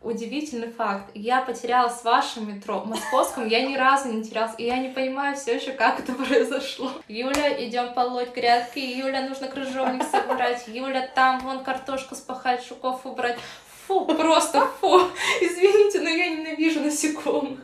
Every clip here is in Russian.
удивительный факт. Я потерялась в вашем метро, в московском я ни разу не терялась, и я не понимаю все еще, как это произошло. Юля, идем полоть грядки, Юля, нужно крыжовник собрать, Юля, там вон картошку спахать, жуков убрать. Фу, просто фу. Извините, но я ненавижу насекомых.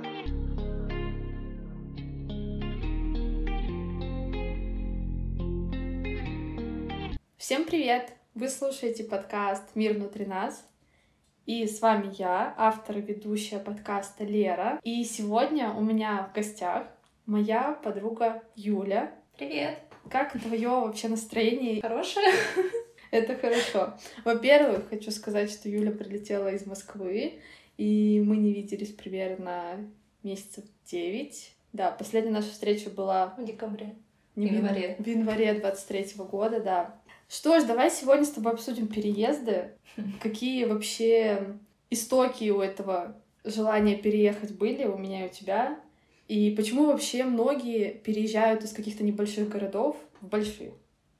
Всем привет! Вы слушаете подкаст «Мир внутри нас». И с вами я, автор и ведущая подкаста Лера. И сегодня у меня в гостях моя подруга Юля. Привет! Как твое вообще настроение? Хорошее? Это хорошо. Во-первых, хочу сказать, что Юля прилетела из Москвы, и мы не виделись примерно месяцев 9. Да, последняя наша встреча была... В декабре. В январе 23-го года, да. Что ж, давай сегодня с тобой обсудим переезды. Какие вообще истоки у этого желания переехать были у меня и у тебя? И почему вообще многие переезжают из каких-то небольших городов в большие?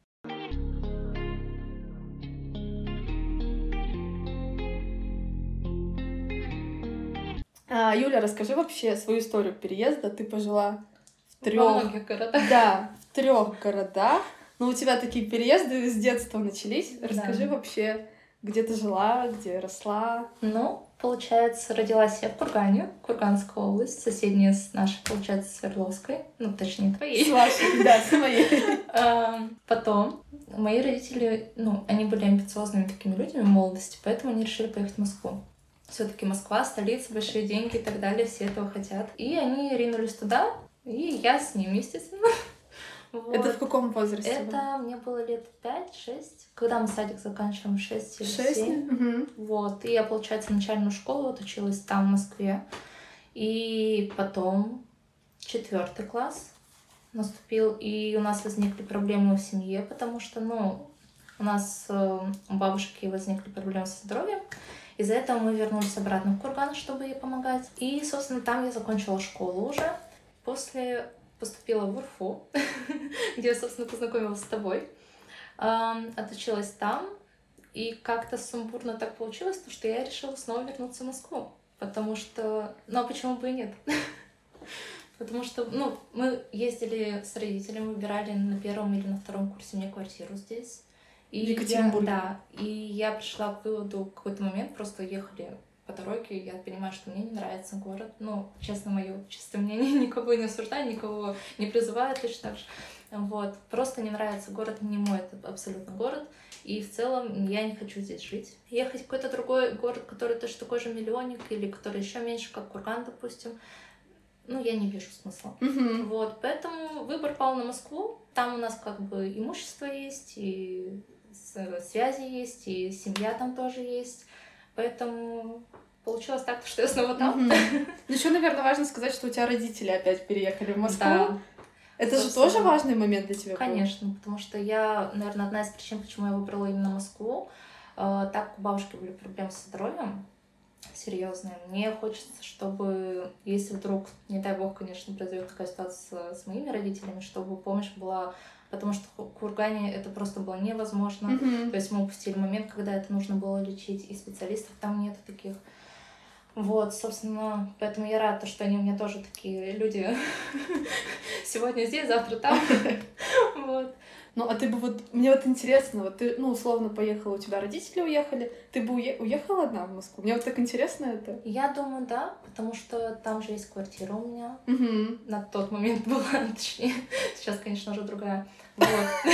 Юля, расскажи вообще свою историю переезда. Ты пожила в 3... Во многих городах. Да, в 3 городах. Но у тебя такие переезды с детства начались. Расскажи вообще, где ты жила, где росла. Ну, получается, родилась я в Кургане, Курганская область, соседняя с нашей, получается, Свердловской. Ну, точнее, твоей. С вашей, да, с моей. Потом мои родители, они были амбициозными такими людьми в молодости, поэтому они решили поехать в Москву. Все-таки Москва, столица, большие деньги и так далее, все этого хотят. И они ринулись туда, и я с ними, естественно. Вот. Это в каком возрасте? Это мне было лет 5-6, когда мы садик заканчиваем, 6 или 7. Угу. Вот. И я, получается, начальную школу отучилась там, в Москве. И потом 4 класс наступил, и у нас возникли проблемы в семье, потому что, у нас у бабушки возникли проблемы со здоровьем. Из-за этого мы вернулись обратно в Курган, чтобы ей помогать. И, собственно, там я закончила школу уже. После поступила в УрФУ, где я, собственно, познакомилась с тобой. Отучилась там. И как-то сумбурно так получилось, что я решила снова вернуться в Москву. Потому что... а почему бы и нет? Потому что, мы ездили с родителями, выбирали на 1 или на 2 курсе мне квартиру здесь. В Екатеринбурге. Да, и я пришла к выводу в какой-то момент, просто ехали по дороге, я понимаю, что мне не нравится город. Честно, мое чистое мнение, никого не осуждаю, никого не призываю точно так же. Вот. Просто не нравится город, не мой это абсолютно город. И в целом я не хочу здесь жить. Ехать в какой-то другой город, который точно такой же миллионник, или который еще меньше, как Курган, допустим, я не вижу смысла. Угу. Вот. Поэтому выбор пал на Москву. Там у нас имущество есть, и связи есть, и семья там тоже есть. Поэтому получилось так, что я снова там. Еще, наверное, важно сказать, что у тебя родители опять переехали в Москву. Да. Это же тоже важный момент для тебя был? Конечно, потому что я, наверное, одна из причин, почему я выбрала именно Москву, так как у бабушки были проблемы со здоровьем серьезные. Мне хочется, чтобы, если вдруг, не дай бог, конечно, произойдет такая ситуация с моими родителями, чтобы помощь была, потому что в Кургане это просто было невозможно. То есть мы упустили момент, когда это нужно было лечить, и специалистов там нет таких. Вот, собственно, поэтому я рада, что они у меня тоже такие люди. Сегодня здесь, завтра там. Вот. А ты бы мне интересно, ты, условно, поехала, у тебя родители уехали, ты бы уехала одна в Москву? Мне так интересно это. Я думаю, да, потому что там же есть квартира у меня. Угу. На тот момент была, точнее. Сейчас, конечно, уже другая. Вот.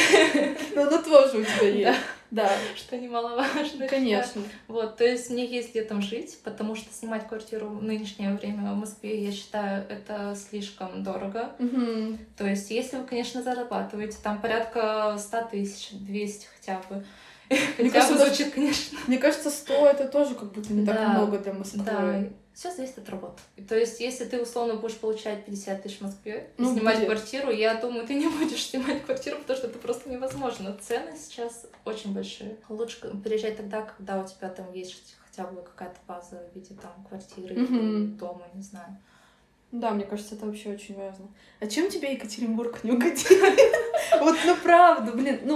Но она тоже у тебя есть. Да. Что немаловажно. Конечно. Вот, то есть мне есть где там жить, потому что снимать квартиру в нынешнее время в Москве, я считаю, это слишком дорого. Угу. То есть если вы, конечно, зарабатываете, там порядка 100 тысяч, 200 хотя бы. Мне кажется, звучит, конечно. Мне кажется, 100 это тоже как будто не так много для Москвы. Да. Все зависит от работы. То есть, если ты условно будешь получать 50 тысяч в Москве и снимать квартиру, я думаю, ты не будешь снимать квартиру, потому что это просто невозможно. Цены сейчас очень большие. Лучше переезжать тогда, когда у тебя там есть хотя бы какая-то база в виде там квартиры или дома, не знаю. Да, мне кажется, это вообще очень важно. А чем тебе Екатеринбург не угодил? Вот, правда,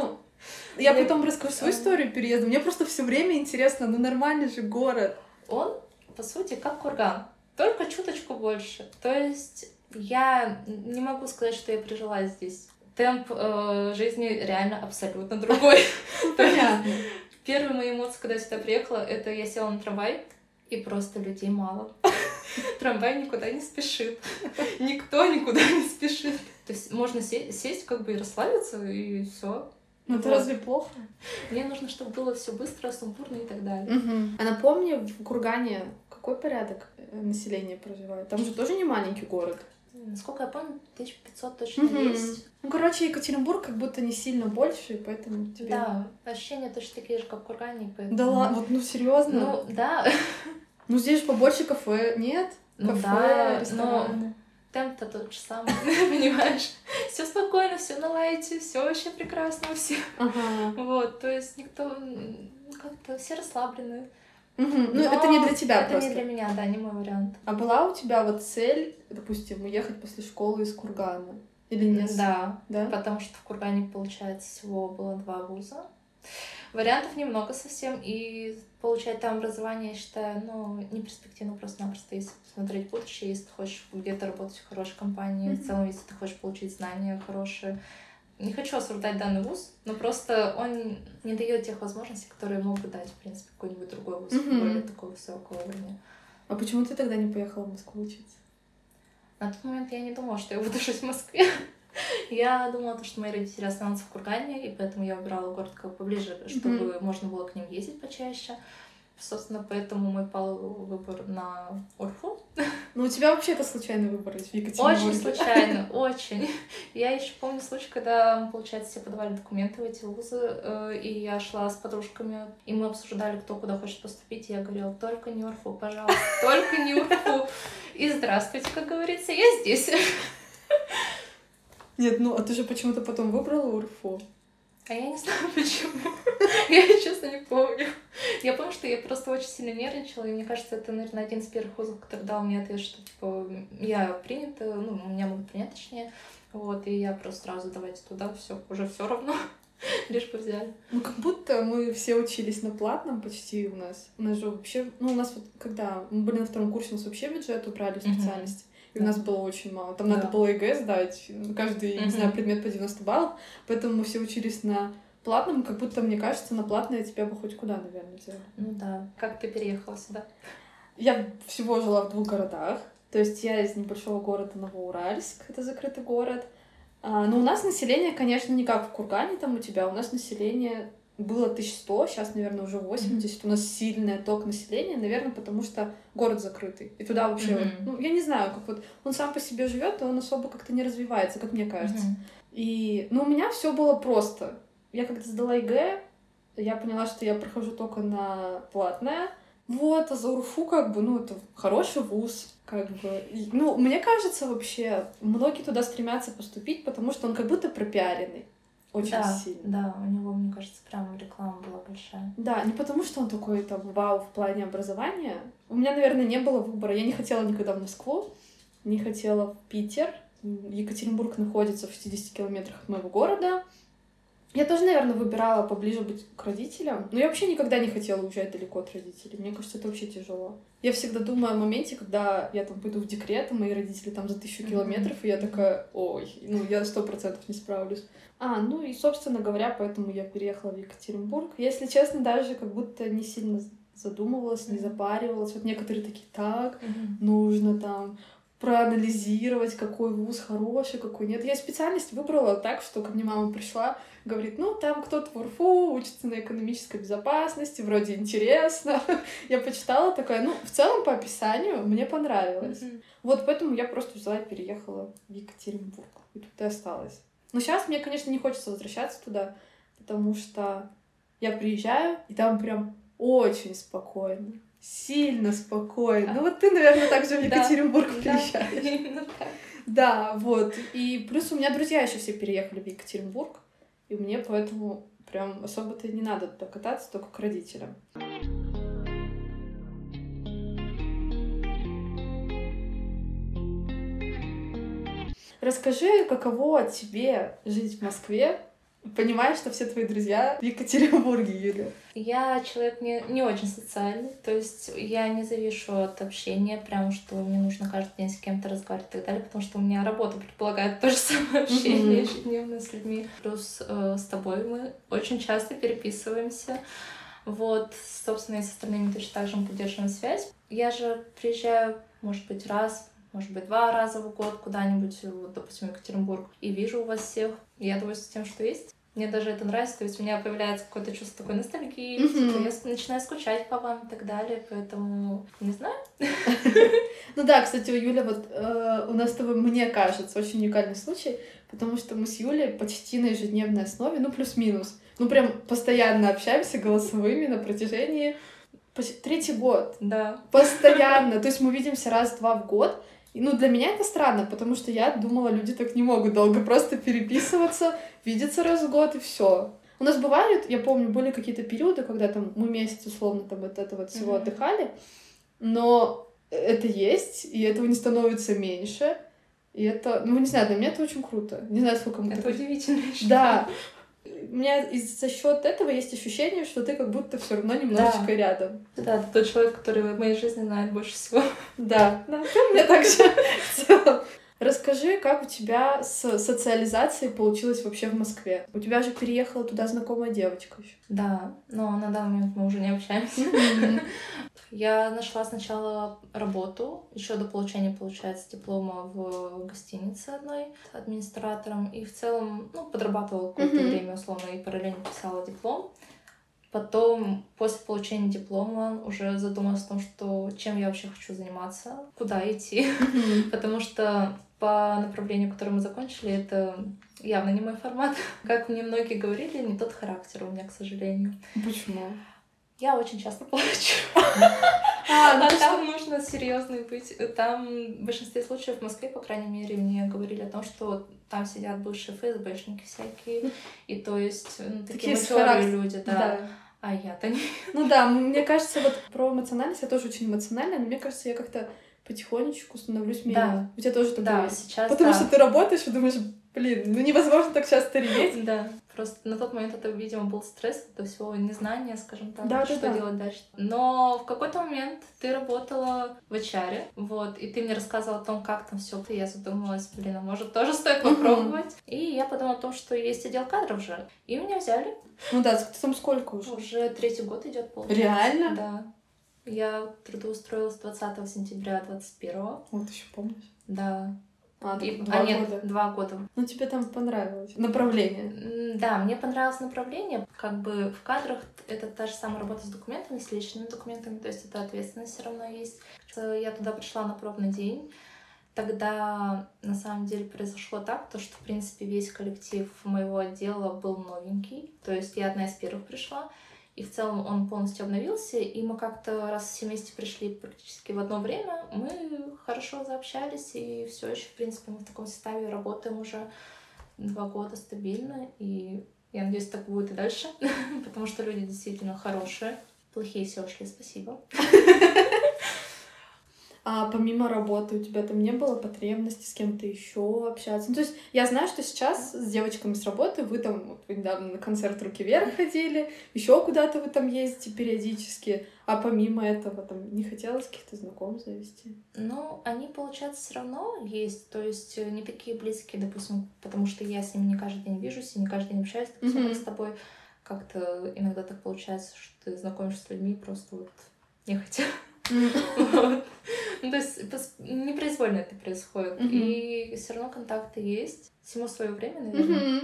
я потом расскажу свою историю переезда. Мне просто все время интересно, нормальный же город. Он по сути, как Курган, только чуточку больше. То есть я не могу сказать, что я прижилась здесь. Темп жизни реально абсолютно другой. Понятно. Первые мои эмоции, когда я сюда приехала, это я села на трамвай, и просто людей мало. Трамвай никуда не спешит. Никто никуда не спешит. То есть можно сесть как бы и расслабиться, и все. Ну это разве плохо? Мне нужно, чтобы было все быстро, сумбурно и так далее. А напомни, в Кургане какой порядок населения проживает? Там же тоже не маленький город. Насколько я помню, 1500 точно есть. Ну, короче, Екатеринбург как будто не сильно больше, поэтому тебе... Да, ощущения точно такие же, как в Кургане, поэтому... Да ладно, вот, ну, серьезно? Ну, да. Ну, здесь же побольше кафе, нет? Ну, кафе, да, рестораны. но темп-то тот же самый, понимаешь? Все спокойно, все на лайте, все вообще прекрасно, все. Ага. Вот, то есть никто... Как-то все расслаблены. Ну, Но это не для тебя это просто. не для меня, да, не мой вариант. А была у тебя вот цель, допустим, уехать после школы из Кургана? Или нет? Да, Да? потому что в Кургане, получается, всего было 2 вуза. Вариантов немного совсем, и получать там образование, я считаю, ну, не перспективно просто-напросто, если посмотреть будущее, если ты хочешь где-то работать в хорошей компании, в целом, если ты хочешь получить знания хорошие. Не хочу осуждать данный вуз, но просто он не дает тех возможностей, которые мог бы дать, в принципе, какой-нибудь другой вуз, более такого высокого уровня. А почему ты тогда не поехала в Москву учиться? На тот момент я не думала, что я буду жить в Москве. Я думала, что мои родители останутся в Кургане, и поэтому я выбрала город как бы поближе, чтобы можно было к ним ездить почаще. Собственно, поэтому мой пал выбор на Урфу. Ну, у тебя вообще это случайный выбор в Екатеринбурге. Очень случайно, очень. Я еще помню случай, когда, получается, все подавали документы в эти вузы, и я шла с подружками, и мы обсуждали, кто куда хочет поступить, и я говорила, только не Урфу, пожалуйста, только не Урфу. И здравствуйте, как говорится, я здесь. Нет, ну, а ты же почему-то потом выбрала Урфу. А я не знаю почему. Я, честно, не помню. Я помню, что я просто очень сильно нервничала, и мне кажется, это, наверное, один из первых вузов, который дал мне ответ, что, типа, я принята, ну, меня могут принять, точнее. Вот, и я просто сразу давайте туда, все, уже все равно, лишь бы взяли. Ну, как будто мы все учились на платном почти у нас. У нас же вообще... Ну, у нас вот, когда мы были на 2-м курсе, у нас вообще бюджет убрали в специальности. И у нас было очень мало. Там надо было ЕГЭ сдать, каждый, не знаю, предмет по 90 баллов. Поэтому мы все учились на платном, как будто, мне кажется, на платное тебя бы хоть куда, наверное, взяли. Ну да. Как ты переехала сюда? Я всего жила в 2 городах. То есть я из небольшого города Новоуральск, это закрытый город. Но у нас население, конечно, не как в Кургане там у тебя. У нас население было 1100, сейчас, наверное, уже 80. У нас сильный отток населения, наверное, потому что город закрытый. И туда вообще, ну, я не знаю, как вот он сам по себе живет, и он особо как-то не развивается, как мне кажется. И, ну, у меня все было просто. Я когда сдала ЕГЭ, я поняла, что я прохожу только на платное. Вот, а за Урфу, как бы, ну, это хороший вуз, как бы. И, ну, мне кажется, вообще, многие туда стремятся поступить, потому что он как будто пропиаренный. Очень сильно. Да, у него, мне кажется, прям реклама была большая. Да, не потому что он такой там вау в плане образования. У меня, наверное, не было выбора. Я не хотела никогда в Москву, не хотела в Питер. Екатеринбург находится в 60 километрах от моего города. Я тоже, наверное, выбирала поближе быть к родителям. Но я вообще никогда не хотела уезжать далеко от родителей. Мне кажется, это вообще тяжело. Я всегда думаю о моменте, когда я там пойду в декрет, а мои родители там за 1000 километров, и я такая, ой, ну я 100% не справлюсь. Ну и, собственно говоря, поэтому я переехала в Екатеринбург. Если честно, даже как будто не сильно задумывалась, не запаривалась. Вот некоторые такие, так, нужно там проанализировать, какой вуз хороший, какой нет. Я специальность выбрала так, что ко мне мама пришла, говорит, ну, там кто-то в УрФУ учится на экономической безопасности, вроде интересно. Я почитала, такая, ну, в целом по описанию мне понравилось. Вот поэтому я просто взяла и переехала в Екатеринбург. И тут и осталась. Но сейчас мне, конечно, не хочется возвращаться туда, потому что я приезжаю, и там прям очень спокойно. Сильно спокойно. Ну вот ты, наверное, также в Екатеринбург приезжаешь. Именно так. Да, вот. И плюс у меня друзья еще все переехали в Екатеринбург, и мне поэтому прям особо-то не надо туда кататься, только к родителям. Расскажи, каково тебе жить в Москве понимаешь, что все твои друзья в Екатеринбурге, Юля? Я человек не очень социальный, то есть я не завишу от общения, прям что мне нужно каждый день с кем-то разговаривать и так далее, потому что у меня работа предполагает то же самое общение ежедневно с людьми. Плюс с тобой мы очень часто переписываемся. Вот, собственно, и с остальными точно так же мы поддерживаем связь. Я же приезжаю, может быть, раз, может быть, 2 раза в год куда-нибудь, вот, допустим, в Екатеринбург, и вижу у вас всех. И я довольна тем, что есть. Мне даже это нравится, то есть у меня появляется какое-то чувство такой ностальгии, типа я начинаю скучать по вам и так далее, поэтому не знаю. Ну да, кстати, у Юли вот у нас с тобой, мне кажется, очень уникальный случай, потому что мы с Юлей почти на ежедневной основе, ну плюс-минус, ну прям постоянно общаемся голосовыми на протяжении 3-й год. Да. Постоянно. То есть мы видимся раз-два в год. И, ну, для меня это странно, потому что я думала, люди так не могут долго просто переписываться, видеться раз в год и все. У нас бывают, я помню, были какие-то периоды, когда там мы месяц условно там от этого всего отдыхали, но это есть, и этого не становится меньше. И это, ну, не знаю, для меня это очень круто. Не знаю, сколько мы... Это удивительно. Да. У меня за счет этого есть ощущение, что ты как будто все равно немножечко рядом. Да, ты тот человек, который в моей жизни знает больше всего. Да, у меня так же в целом. Расскажи, как у тебя с социализацией получилось вообще в Москве? У тебя же переехала туда знакомая девочка еще. Да, но на данный момент мы уже не общаемся. Я нашла сначала работу, еще до получения, получается, диплома в гостинице одной администратором. И в целом, ну, подрабатывала какое-то время, условно, и параллельно писала диплом. Потом, после получения диплома, уже задумалась о том, что чем я вообще хочу заниматься, куда идти. Потому что по направлению, которое мы закончили, это явно не мой формат. Как мне многие говорили, не тот характер у меня, к сожалению. Почему? Я очень часто плачу. А там нужно серьезный быть. Там в большинстве случаев в Москве, по крайней мере, мне говорили о том, что там сидят бывшие ФСБшники всякие. И то есть такие матерые люди, да. А я-то не. Ну да, мне кажется, вот про эмоциональность я тоже очень эмоциональная, но мне кажется, я как-то потихонечку становлюсь менее. Да. У тебя тоже такое? Да, сейчас потому что ты работаешь и думаешь, блин, ну невозможно так часто реветь. Да. Просто на тот момент это, видимо, был стресс, это всего незнание, скажем так, да, что делать дальше. Но в какой-то момент ты работала в HR, вот, и ты мне рассказывала о том, как там все. И я задумалась, блин, а может тоже стоит попробовать. И я подумала о том, что есть отдел кадров же. И меня взяли. Ну да, ты там сколько уже? Уже 3-й год идет, получается. Реально? Да. Я трудоустроилась 20 сентября 21-го. Вот еще помнишь? Да. Нет, 2 года. Ну, тебе там понравилось направление? Да, мне понравилось направление. Как бы в кадрах это та же самая работа с документами, с личными документами, то есть это ответственность все равно есть. Я туда пришла на пробный день. Тогда на самом деле произошло так, то, что в принципе весь коллектив моего отдела был новенький. То есть я одна из первых пришла. И в целом он полностью обновился, и мы как-то раз все вместе пришли практически в одно время, мы хорошо заобщались, и все еще, в принципе, мы в таком составе работаем уже 2 года стабильно, и я надеюсь, так будет и дальше, потому что люди действительно хорошие. Плохие все ушли, спасибо. А помимо работы у тебя там не было потребности с кем-то еще общаться? Ну, то есть я знаю, что сейчас с девочками с работы вы там, вот вы недавно на концерт «Руки вверх» ходили, еще куда-то вы там ездите периодически, а помимо этого там не хотелось каких-то знакомств завести? Ну, они, получается, все равно есть, то есть не такие близкие, допустим, потому что я с ними не каждый день вижусь и не каждый день общаюсь, допустим, как с тобой. Как-то иногда так получается, что ты знакомишься с людьми просто вот нехотя. Вот. Ну, то есть непроизвольно это происходит. И все равно контакты есть. Всему свое время, наверное.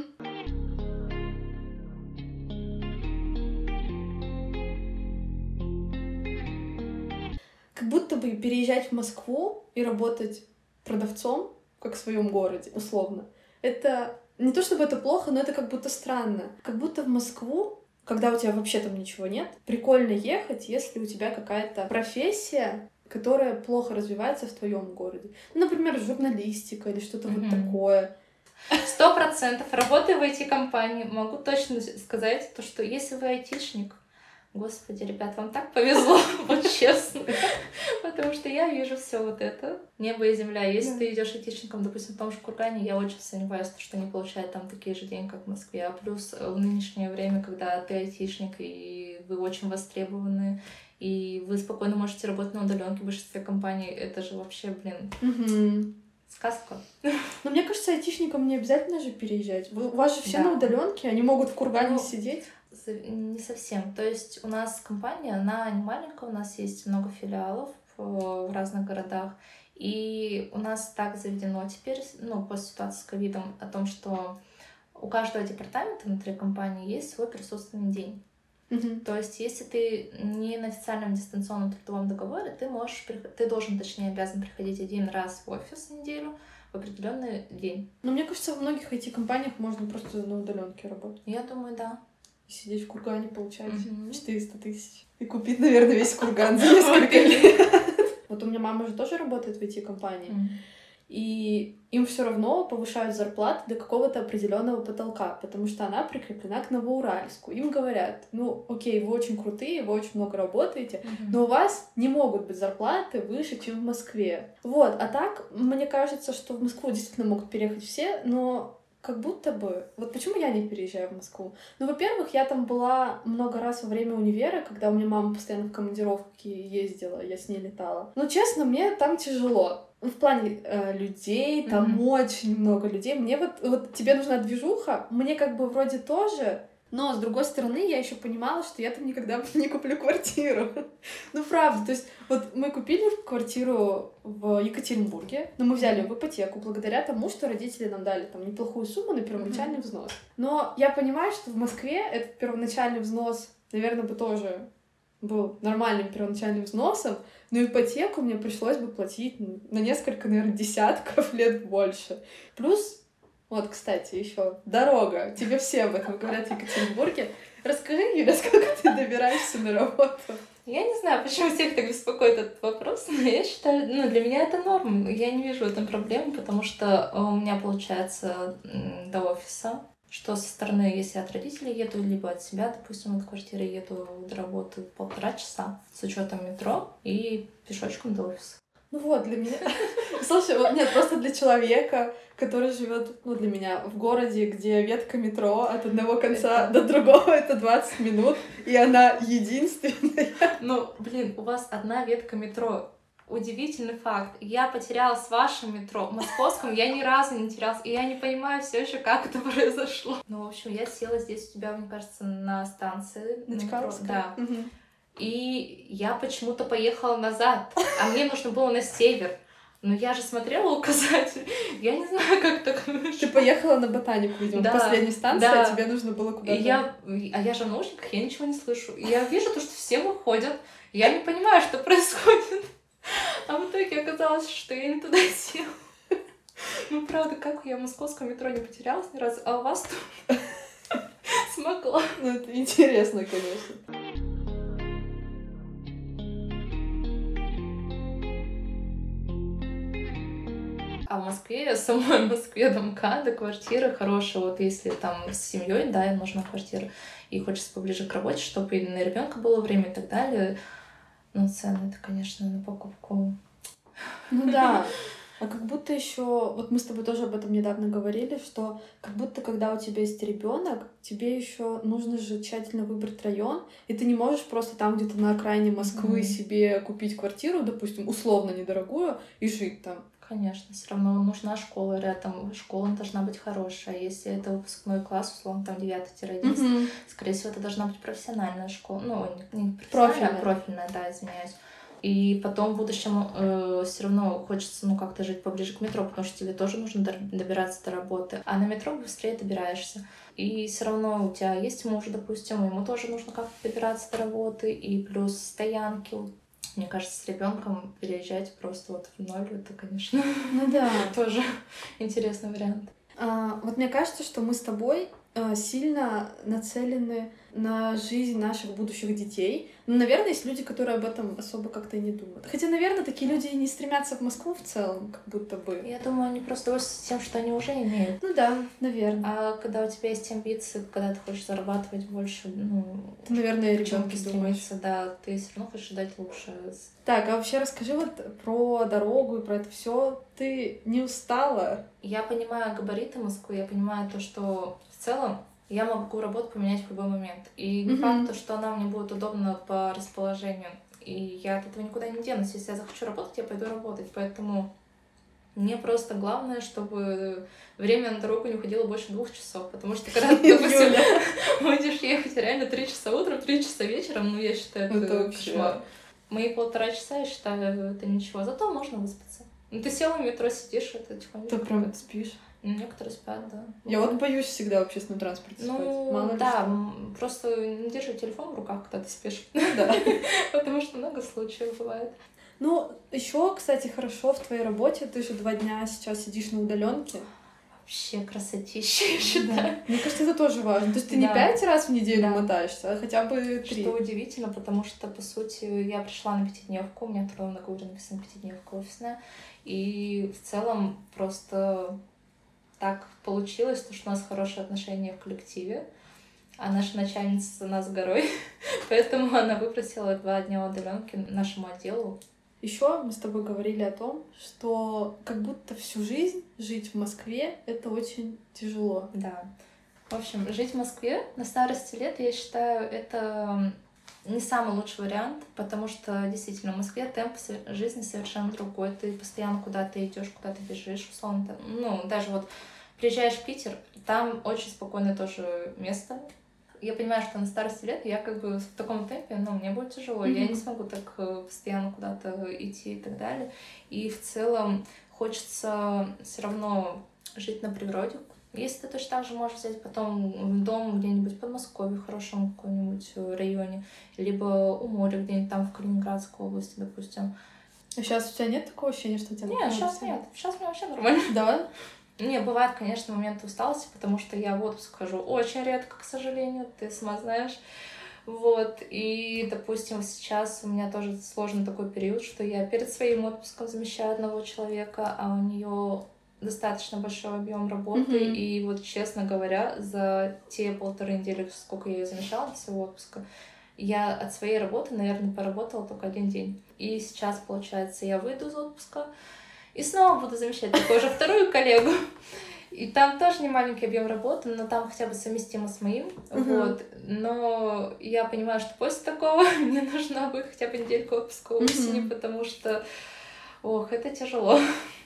Как будто бы переезжать в Москву и работать продавцом, как в своем городе, условно, это не то чтобы это плохо, но это как будто странно. Как будто в Москву, когда у тебя вообще там ничего нет, прикольно ехать, если у тебя какая-то профессия, которая плохо развивается в твоем городе. Ну, например, журналистика или что-то вот такое. 100%. Работая в IT-компании, могу точно сказать, то, что если вы айтишник, Господи, ребят, вам так повезло, вот честно. Потому что я вижу все вот это. Небо и земля. Если ты идешь айтишником, допустим, в том же Кургане, я очень сомневаюсь, что они получают там такие же деньги, как в Москве. А плюс в нынешнее время, когда ты айтишник, и вы очень востребованы, и вы спокойно можете работать на удаленке в большинстве компаний, это же вообще, блин, сказка. Но мне кажется, айтишникам не обязательно же переезжать. У вас же все на удаленке, они могут в Кургане сидеть. Не совсем. То есть у нас компания, она не маленькая, у нас есть много филиалов в разных городах. И у нас так заведено теперь, после ситуации с ковидом, о том, что у каждого департамента внутри компании есть свой присутственный день. То есть, если ты не на официальном дистанционном трудовом договоре, ты должен, точнее, обязан приходить 1 раз в офис в неделю в определенный день. Но мне кажется, в многих IT-компаниях можно просто на удаленке работать. Я думаю, да. И сидеть в Кургане, получать 400 тысяч. И купить, наверное, весь Курган за несколько лет. Вот у меня мама же тоже работает в IT-компании. И им все равно повышают зарплаты до какого-то определенного потолка, потому что она прикреплена к Новоуральску. Им говорят, окей, вы очень крутые, вы очень много работаете, но у вас не могут быть зарплаты выше, чем в Москве. Вот, а так, мне кажется, что в Москву действительно могут переехать все, но как будто бы... Вот почему я не переезжаю в Москву? Во-первых, я там была много раз во время универа, когда у меня мама постоянно в командировки ездила, я с ней летала. Но, честно, мне там тяжело. В плане людей, там очень много людей. Мне вот тебе нужна движуха, мне как бы вроде тоже, но, с другой стороны, я еще понимала, что я там никогда не куплю квартиру. Правда, то есть вот мы купили квартиру в Екатеринбурге, но мы взяли ее в ипотеку благодаря тому, что родители нам дали там неплохую сумму на первоначальный взнос. Но я понимаю, что в Москве этот первоначальный взнос, наверное, бы тоже был нормальным первоначальным взносом, но ипотеку мне пришлось бы платить на несколько, наверное, десятков лет больше. Плюс, вот, кстати, еще дорога. Тебе все об этом говорят в Екатеринбурге. Расскажи, Юля, сколько ты добираешься на работу? Я не знаю, почему всех так беспокоит этот вопрос, но я считаю, для меня это норм. Я не вижу в этом проблемы, потому что у меня получается до офиса, что со стороны, если от родителей еду, либо от себя, допустим, от квартиры еду до работы 1,5 часа с учетом метро и пешочком до офиса. Для меня... Слушай, нет, просто для человека, который живет, для меня, в городе, где ветка метро от одного конца до другого, это 20 минут, и она единственная. У вас одна ветка метро. Удивительный факт. Я потерялась в вашем метро. В московском я ни разу не терялась. И я не понимаю все еще, как это произошло. В общем, я села здесь у тебя, мне кажется, на станции. На Чкаловской? Да. И я почему-то поехала назад. А мне нужно было на север. Но я же смотрела указатель. Я не знаю, как так вышло. Ты поехала на Ботанику, видимо, в последней станции, а тебе нужно было куда-то. А я же в наушниках, я ничего не слышу. И я вижу то, что все выходят. Я не понимаю, что происходит. А в итоге оказалось, что я не туда села. Правда, как я в московском метро не потерялась ни разу, а у вас тут смогла. Это интересно, конечно. А в Москве, самой Москве, до МКАДа квартиры хорошие. Вот если там с семьей, да, им нужна квартира, и хочется поближе к работе, чтобы и на ребенка было время и так далее. Цены это, конечно, на покупку. Да. А как будто еще, вот мы с тобой тоже об этом недавно говорили, что как будто когда у тебя есть ребенок, тебе еще нужно же тщательно выбрать район, и ты не можешь просто там где-то на окраине Москвы себе купить квартиру, допустим, условно недорогую, и жить там. Конечно, все равно нужна школа рядом. Школа должна быть хорошая. Если это выпускной класс, условно, там 9-11, скорее всего, это должна быть профессиональная школа. Не профессиональная, а профильная, да, извиняюсь. И потом в будущем все равно хочется, как-то жить поближе к метро, потому что тебе тоже нужно добираться до работы. А на метро быстрее добираешься. И все равно у тебя есть муж, допустим, ему тоже нужно как-то добираться до работы. И плюс стоянки. Мне кажется, с ребенком переезжать просто вот в ноль, это, конечно, да, тоже интересный вариант. Вот мне кажется, что мы с тобой сильно нацелены на жизнь наших будущих детей. Ну, наверное, есть люди, которые об этом особо как-то и не думают. Хотя, наверное, такие люди и не стремятся в Москву в целом, как будто бы. Я думаю, они просто довольствуются тем, что они уже имеют. Ну да, наверное. А когда у тебя есть амбиции, когда ты хочешь зарабатывать больше, ну... Ты, наверное, к чему ребенку думаешь. стремиться, да, ты все равно хочешь дать лучше. Так, а вообще расскажи вот про дорогу и про это все. Ты не устала? Я понимаю габариты Москвы, я понимаю то, что в целом я могу работу поменять в любой момент. И не факт, что она мне будет удобна по расположению. И я от этого никуда не денусь. Если я захочу работать, я пойду работать. Поэтому мне просто главное, чтобы время на дорогу не уходило больше 2 часов. Потому что когда ты, допустим, будешь ехать реально 3 часа утром, 3 часа вечером, ну, я считаю, это кошмар. Мои 1,5 часа, я считаю, это ничего. Зато можно выспаться. Ну, ты села в метро, сидишь, это тихонько. Ты прям спишь? Некоторые спят, да. Я вот боюсь всегда в общественном транспорте спать. Мало ли да, что. просто не держи телефон в руках, когда ты спишь. Да. Потому что много случаев бывает. Ну, еще, кстати, хорошо в твоей работе. Ты же 2 дня сейчас сидишь на удаленке. Вообще красотища, я считаю. Мне кажется, это тоже важно. То есть ты не 5 раз в неделю мотаешься, а хотя бы 3. Что удивительно, потому что, по сути, я пришла на 5-дневку, у меня в трудовом договоре написано 5-дневка офисная, и в целом просто так получилось, что у нас хорошие отношения в коллективе, а наша начальница у нас горой, поэтому она выпросила 2 дня удаленки нашему отделу. Еще мы с тобой говорили о том, что как будто всю жизнь жить в Москве — это очень тяжело. Да. В общем, жить в Москве на старости лет, я считаю, это не самый лучший вариант, потому что действительно в Москве темп жизни совершенно другой. Ты постоянно куда-то идешь, куда-то бежишь, условно. Ну, даже вот приезжаешь в Питер, там очень спокойное тоже место. Я понимаю, что на старости лет я как бы в таком темпе, мне будет тяжело. Я не смогу так постоянно куда-то идти и так далее. И в целом хочется все равно жить на природе. Если ты точно так же можешь взять потом дом где-нибудь в Подмосковье, в хорошем каком-нибудь районе, либо у моря где-нибудь там в Калининградской области, допустим. А сейчас у тебя нет такого ощущения, что у тебя... Нет, сейчас нет. Сейчас мне вообще нормально. Да? Не, бывают, конечно, моменты усталости, потому что я в отпуск хожу очень редко, к сожалению, ты сама знаешь. Вот, и, допустим, сейчас у меня тоже сложный такой период, что я перед своим отпуском замещаю одного человека, а у нее достаточно большой объем работы, и вот, честно говоря, за те 1,5 недели, сколько я ее замещала до своего отпуска, я от своей работы, наверное, поработала только 1 день. И сейчас, получается, я выйду из отпуска, и снова буду замещать такую же 2-ю коллегу. И там тоже не маленький объем работы, но там хотя бы совместимо с моим. Вот. Но я понимаю, что после такого мне нужна будет хотя бы неделька отпуска осени, потому что, это тяжело.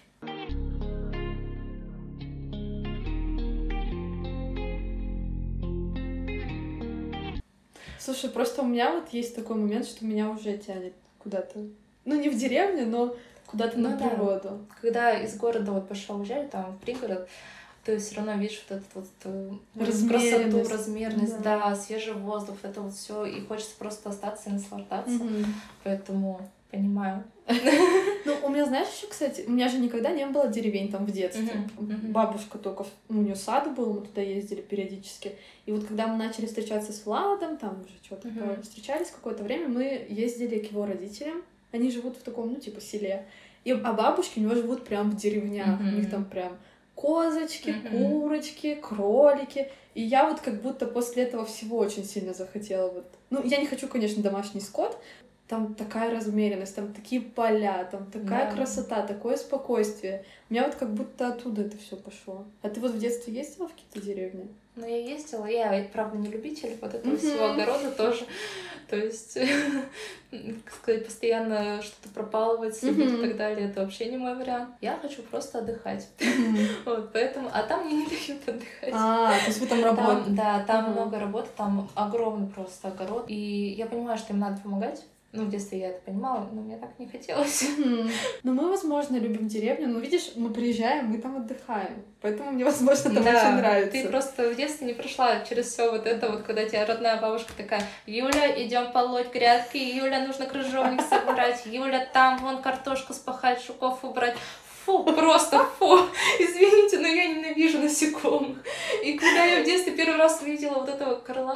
Слушай, просто у меня вот есть такой момент, что меня уже тянет куда-то. Ну, не в деревню, но куда-то на природу. Да. Когда из города вот большого уезжали, там в пригород, ты все равно видишь вот эту вот красоту, размерность, да, свежий воздух, это вот все, и хочется просто остаться и наслаждаться. Поэтому понимаю. Ну, у меня, знаешь, еще, кстати, у меня же никогда не было деревень там в детстве. Бабушка только, у нее сад был, мы туда ездили периодически. И вот когда мы начали встречаться с Владом, там уже что-то встречались какое-то время, мы ездили к его родителям. Они живут в таком, селе. А бабушки у него живут прям в деревнях. У них там прям козочки, курочки, кролики. И я вот как будто после этого всего очень сильно захотела вот... Ну, я не хочу, конечно, домашний скот. Там такая размеренность, там такие поля, там такая красота, такое спокойствие. У меня вот как будто оттуда это все пошло. А ты вот в детстве ездила в какие-то деревни? Ну, я ездила, я, правда, не любитель вот этого всего огорода тоже. То есть, как сказать, постоянно что-то пропалывать, садить и так далее, это вообще не мой вариант. Я хочу просто отдыхать. Вот, поэтому... А там мне не дают отдыхать. То есть вы там работаете? Да, там много работы, там огромный просто огород. И я понимаю, что им надо помогать. Ну, в детстве я это понимала, но мне так не хотелось. Ну, мы, возможно, любим деревню, но, видишь, мы приезжаем, мы там отдыхаем. Поэтому мне, возможно, там очень нравится. Ты просто в детстве не прошла через все вот это, вот когда тебя родная бабушка такая: Юля, идем полоть грядки, Юля, нужно крыжовник собрать, Юля, там вон картошку спахать, жуков убрать. Фу, просто фу. Извините, но я ненавижу насекомых. И когда я в детстве первый раз увидела вот этого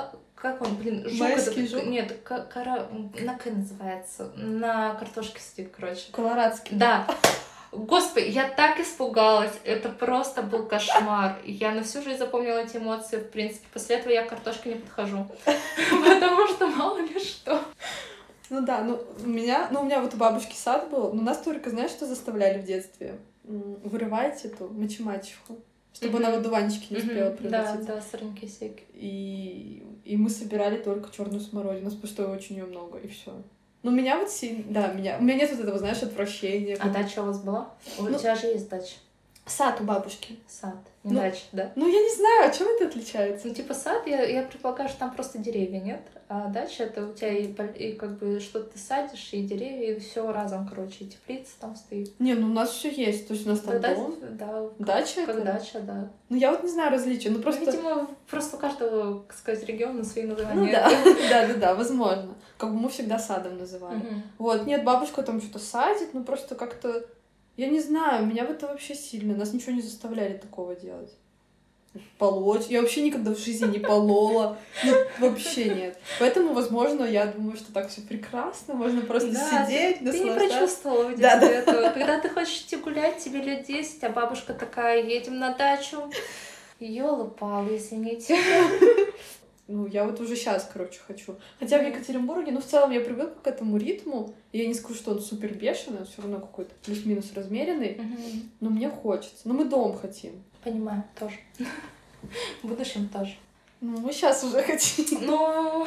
как он, блин, жук Майский этот, жук? нет, на К называется, на картошке сидит, короче. Колорадский. Да. Господи, я так испугалась, это просто был кошмар. Я на всю жизнь запомнила эти эмоции, в принципе. После этого я к картошке не подхожу, потому что мало ли что. Ну да, у меня вот у бабушки сад был, но нас только, знаешь, что заставляли в детстве? Вырывать эту мочемачеху, чтобы она в одуванчики не успела превратиться. Да, сорняки всякие. И мы собирали только черную смородину, потому что очень ее много, и все. Но меня вот сильно... Да, у меня нет вот этого, знаешь, отвращения. А дача у вас была? У тебя же есть дача. Сад у бабушки. Сад, не дача, да? Ну, я не знаю, чем это отличается? Ну, типа сад, я предполагаю, что там просто деревья, нет? А дача — это у тебя и как бы что-то ты садишь, и деревья, и все разом, короче, и теплица там стоит. Не, ну у нас все есть, то есть у нас там дом. Да, Дача как это? Дача, да. Ну, я вот не знаю различия, ну просто... Видимо, просто у каждого, так сказать, региона свои названия. Ну да, да, возможно. Как бы мы всегда садом называли. Вот, нет, бабушка там что-то садит, ну просто как-то... Я не знаю, меня в это вообще сильно. Нас ничего не заставляли такого делать. Полоть. Я вообще никогда в жизни не полола. Ну, вообще нет. Поэтому, возможно, я думаю, что так все прекрасно. Можно просто сидеть, наслаждаться. Ты не прочувствовала в детстве этого. Когда ты хочешь идти гулять, тебе лет 10, а бабушка такая: едем на дачу. Ёлы-палы, извините. Ну, я вот уже сейчас, короче, хочу. Хотя в Екатеринбурге, ну, в целом я привыкла к этому ритму. И я не скажу, что он супер бешеный, он все равно какой-то плюс-минус размеренный. Но мне хочется. Но мы дом хотим. Понимаю, тоже. В будущем тоже. Ну, мы сейчас уже хотим. Ну...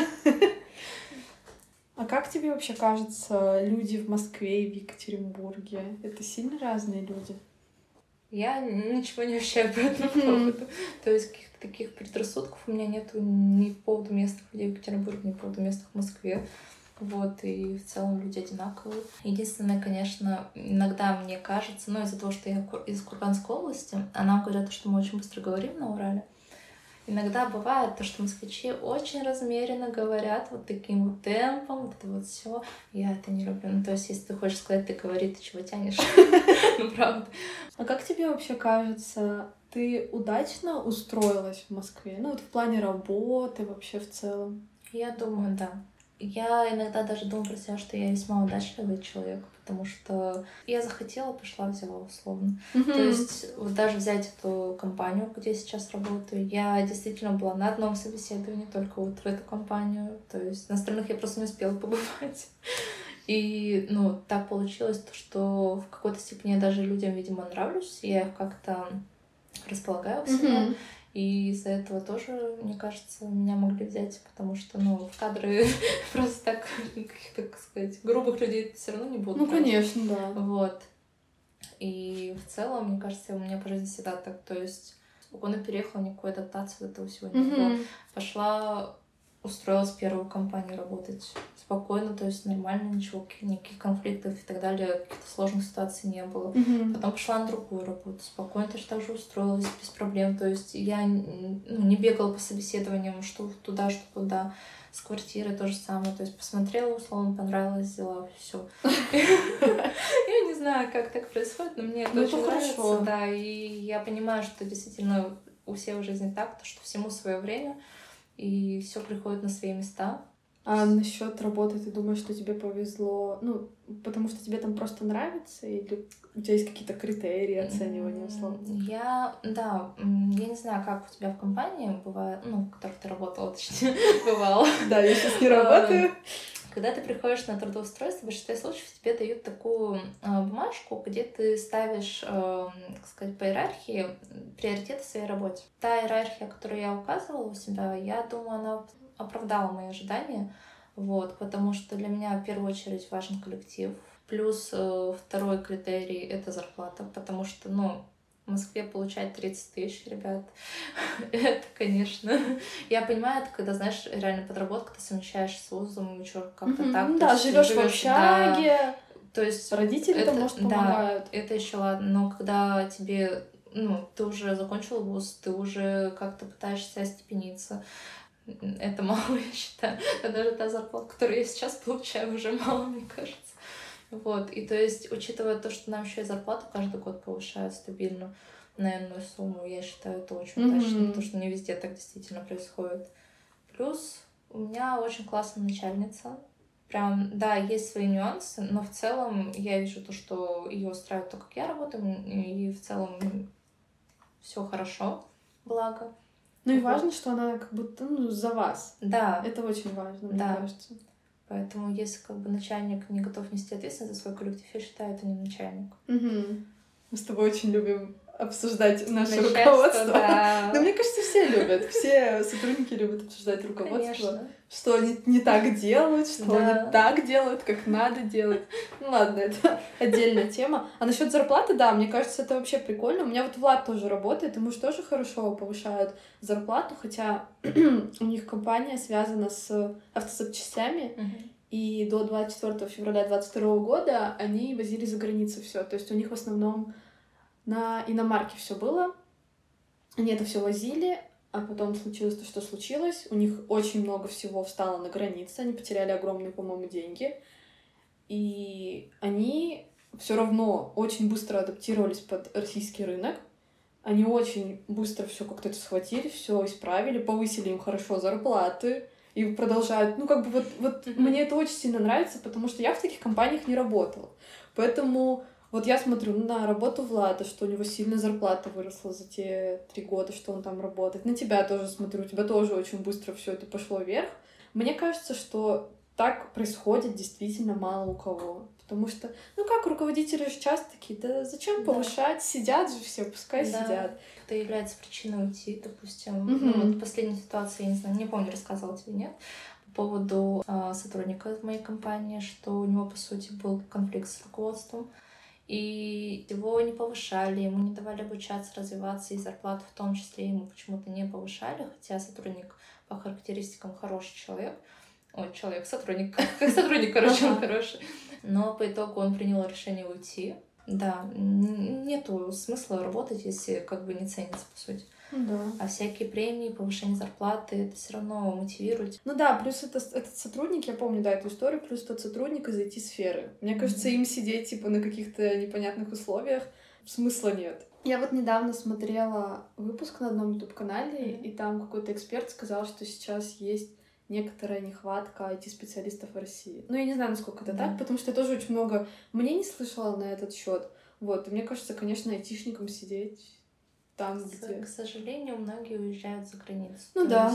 А как тебе вообще кажется, люди в Москве и в Екатеринбурге? Это сильно разные люди? Я ничего не ощущаю по этому поводу. То есть каких-то таких предрассудков у меня нету ни по поводу местных людей в Екатеринбурге, ни по поводу местных в Москве. Вот, и в целом люди одинаковые. Единственное, конечно, иногда мне кажется, ну, из-за того, что я из Курганской области, а нам говорят, что мы очень быстро говорим на Урале, иногда бывает то, что москвичи очень размеренно говорят вот таким вот темпом, вот это вот все. Я это не люблю. Ну, то есть, если ты хочешь сказать, ты говори, ты чего тянешь? Ну, правда. А как тебе вообще кажется, ты удачно устроилась в Москве? Ну, вот в плане работы вообще в целом. Я думаю, да. Я иногда даже думаю про себя, что я весьма удачливый человек, потому что я захотела, пошла, взяла условно. То есть вот даже взять эту компанию, где я сейчас работаю, я действительно была на одном собеседовании, только вот в эту компанию. То есть на остальных я просто не успела побывать. И, ну, так получилось, что в какой-то степени я даже людям, видимо, нравлюсь, я их как-то располагаю к себе. И из-за этого тоже, мне кажется, меня могли взять, потому что, ну, в кадры просто так, каких-то, так сказать, грубых людей все равно не будут. Ну, конечно, да. Вот. И в целом, мне кажется, у меня по жизни всегда так. То есть спокойно переехала, никакой адаптации этого всего не было. Пошла, устроилась в первую компанию работать спокойно, то есть нормально, ничего, никаких конфликтов и так далее, каких-то сложных ситуаций не было. Потом пошла на другую работу, спокойно тоже так же устроилась, без проблем. То есть я не бегала по собеседованиям, что туда, что туда. С квартирой то же самое. То есть посмотрела, условно, понравилось, взяла, все. Я не знаю, как так происходит, но мне это очень нравится. Да, и я понимаю, что действительно у всех в жизни так, то что всему свое время, и все приходит на свои места. А насчет работы ты думаешь, что тебе повезло? Ну, потому что тебе там просто нравится, или у тебя есть какие-то критерии оценивания условно? Я не знаю, как у тебя в компании бывает, ну, в которой ты работала, точнее, бывало. Да, я сейчас не работаю. Когда ты приходишь на трудоустройство, в большинстве случаев тебе дают такую бумажку, где ты ставишь, так сказать, по иерархии приоритеты в своей работе. Та иерархия, которую я указывала у себя, я думаю, она оправдала мои ожидания, вот, потому что для меня в первую очередь важен коллектив. Плюс второй критерий — это зарплата, потому что, ну, в Москве получать 30 тысяч, ребят, это, конечно. Я понимаю, это когда, знаешь, реально подработка, ты совмещаешь с вузом, еще как-то так. Да, живешь в общаге, то есть родители там, может, помогают. Да, это еще ладно, но когда тебе, ну, ты уже закончил вуз, ты уже как-то пытаешься остепениться, это мало, я считаю. Даже та зарплата, которую я сейчас получаю, уже мало, мне кажется. Вот, и то есть, учитывая то, что нам еще и зарплату каждый год повышают стабильно на энную сумму, я считаю, это очень удачно, потому что не везде так действительно происходит. Плюс у меня очень классная начальница. Прям, да, есть свои нюансы, но в целом я вижу то, что ее устраивает то, как я работаю, и в целом все хорошо, благо. Ну и Вот. важно, что она как будто за вас. Да. Это очень важно, мне Да. кажется. Поэтому если как бы начальник не готов нести ответственность за свой коллектив, я считаю, это не начальник. Мы с тобой очень любим обсуждать наше Начальство, руководство. да. Но мне кажется, все любят. Все сотрудники любят обсуждать руководство. Конечно. Что они не так делают, что Да. они так делают, как надо делать. Ну ладно, это отдельная тема. А насчет зарплаты, да, мне кажется, это вообще прикольно. У меня вот Влад тоже работает, ему же тоже хорошо повышают зарплату, хотя у них компания связана с автозапчастями. И до 24 февраля 2022 года они возили за границу все. То есть у них в основном на иномарке все было. Они это все возили, а потом случилось то, что случилось. У них очень много всего встало на границе. Они потеряли огромные, по-моему, деньги. И они все равно очень быстро адаптировались под российский рынок. Они очень быстро все как-то это схватили, все исправили, повысили им хорошо зарплаты. И продолжают. Ну, как бы вот мне это очень сильно нравится, потому что я в таких компаниях не работала. Поэтому вот я смотрю на работу Влада, что у него сильно зарплата выросла за те 3 года, что он там работает. На тебя тоже смотрю, у тебя тоже очень быстро все это пошло вверх. Мне кажется, что так происходит действительно мало у кого. Потому что, ну как, руководители же часто такие, да зачем повышать, сидят же все, пускай сидят. Это является причиной уйти, допустим. Ну, вот последняя ситуация, я не знаю, не помню, рассказывала тебе, нет, по поводу сотрудника в моей компании, что у него, по сути, был конфликт с руководством, и его не повышали, ему не давали обучаться, развиваться, и зарплату в том числе ему почему-то не повышали, хотя сотрудник по характеристикам хороший человек. Сотрудник, короче, он хороший. Но по итогу он принял решение уйти. Да, нету смысла работать, если как бы не ценится, по сути. Да. А всякие премии, повышение зарплаты, это все равно мотивирует. Ну да, плюс этот сотрудник, я помню, да, эту историю, плюс тот сотрудник из IT-сферы. Мне кажется, им сидеть, типа, на каких-то непонятных условиях смысла нет. Я вот недавно смотрела выпуск на одном YouTube-канале, и там какой-то эксперт сказал, что сейчас есть некоторая нехватка IT-специалистов в России. Ну, я не знаю, насколько это так, потому что я тоже очень много мнений слышала на этот счет. Вот, и мне кажется, конечно, айтишникам сидеть там, где... К сожалению, многие уезжают за границу. Ну да.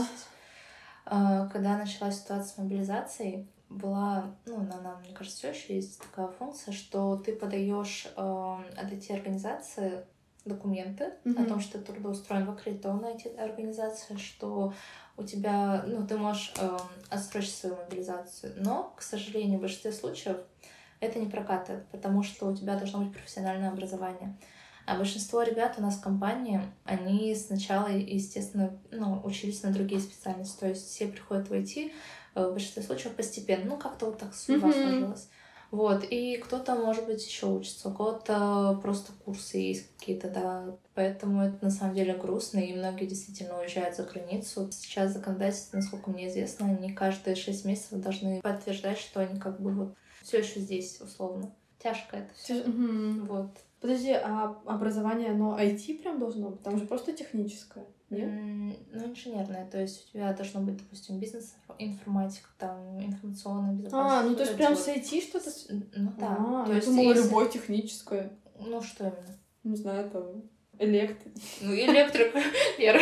Когда началась ситуация с мобилизацией, была, она, мне кажется, все еще есть такая функция, что ты подаешь от IT-организации документы о том, что ты трудоустроен в аккредитованной IT-организации, что у тебя, ты можешь отсрочить свою мобилизацию. Но, к сожалению, в большинстве случаев это не прокатывает, потому что у тебя должно быть профессиональное образование. А большинство ребят у нас в компании, они сначала, естественно, учились на другие специальности. То есть все приходят в IT в большинстве случаев постепенно. Как-то вот так судьба сложилась. Вот, и кто-то, может быть, еще учится, у кого-то просто курсы есть какие-то, да. Поэтому это на самом деле грустно, и многие действительно уезжают за границу. Сейчас законодательство, насколько мне известно, они каждые 6 месяцев должны подтверждать, что они как бы вот все еще здесь, условно. Тяжко это все. Вот. Подожди, а образование, оно IT прям должно быть? Там же просто техническое, нет? Инженерное. То есть у тебя должно быть, допустим, бизнес-информатика, там, информационная безопасность. То есть прям с IT что-то? Ну да. Я думала, любое техническое. Что именно? Не знаю, там, электрик. Электрик, Лера.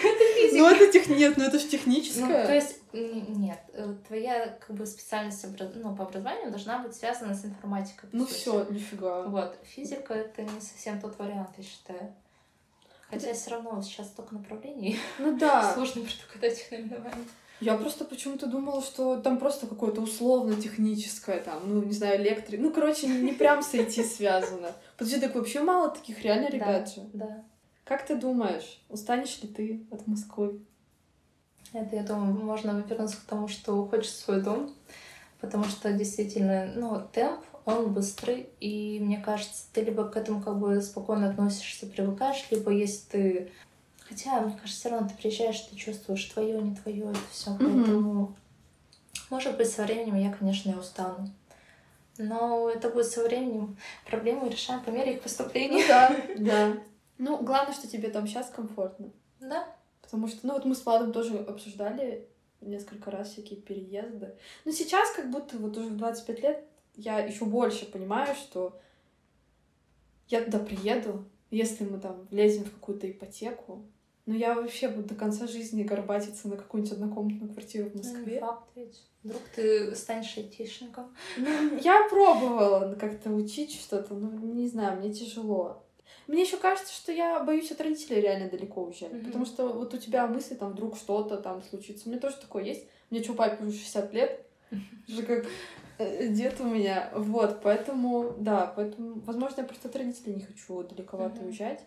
Это же техническое. То есть, нет, твоя как бы специальность по образованию должна быть связана с информатикой. Все, нифига. Вот, физика — это не совсем тот вариант, я считаю. Хотя все равно сейчас столько направлений. Ну да. Сложно предугадать их наименование. Я просто почему-то думала, что там просто какое-то условно-техническое, там, не знаю, электрик. Не прям с IT связано. Подожди, так вообще мало таких реально ребят же. Да. Как ты думаешь, устанешь ли ты от Москвы? Это, я думаю, можно вернуться к тому, что хочешь свой дом, потому что действительно, темп, он быстрый, и мне кажется, ты либо к этому как бы спокойно относишься, привыкаешь, либо если ты... Хотя, мне кажется, все равно ты приезжаешь, ты чувствуешь, твое, не твое, это все. Поэтому, может быть, со временем я, конечно, и устану. Но это будет со временем. Проблемы решаем по мере их поступления. Да. Главное, что тебе там сейчас комфортно. Да. Потому что, мы с Владом тоже обсуждали несколько раз всякие переезды. Но сейчас как будто вот уже в 25 лет я еще больше понимаю, что я туда приеду, если мы там влезем в какую-то ипотеку, но я вообще буду до конца жизни горбатиться на какую-нибудь однокомнатную квартиру в Москве. Факт ведь. Вдруг ты станешь айтишником. Ну, я пробовала как-то учить что-то, но не знаю, мне тяжело. Мне еще кажется, что я боюсь от родителей реально далеко уезжать. Потому что вот у тебя мысли, там, вдруг что-то там случится. У меня тоже такое есть. Мне что, папе уже 60 лет? Уже как дед у меня. Вот, поэтому, да, поэтому, возможно, я просто от родителей не хочу далековато уезжать.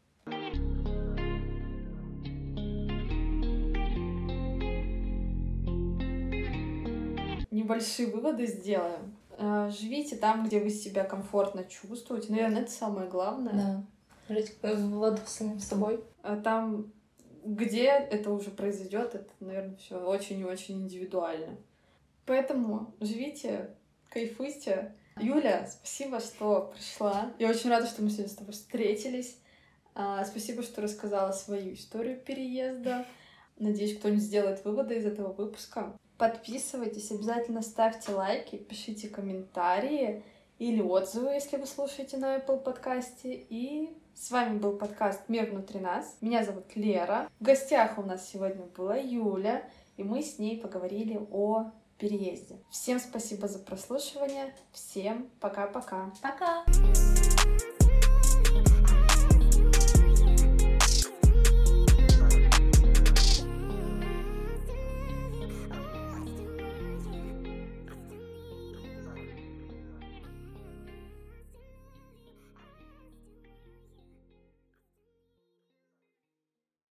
Небольшие выводы сделаем. Живите там, где вы себя комфортно чувствуете. Наверное, это самое главное. Да. Жить в ладу с самим собой. А там, где это уже произойдет, это, наверное, все очень и очень индивидуально. Поэтому живите, кайфуйте. Юля, спасибо, что пришла. Я очень рада, что мы сегодня с тобой встретились. Спасибо, что рассказала свою историю переезда. Надеюсь, кто-нибудь сделает выводы из этого выпуска. Подписывайтесь, обязательно ставьте лайки, пишите комментарии или отзывы, если вы слушаете на Apple подкасте. И с вами был подкаст «Мир внутри нас». Меня зовут Лера. В гостях у нас сегодня была Юля, и мы с ней поговорили о переезде. Всем спасибо за прослушивание. Всем пока-пока. Пока!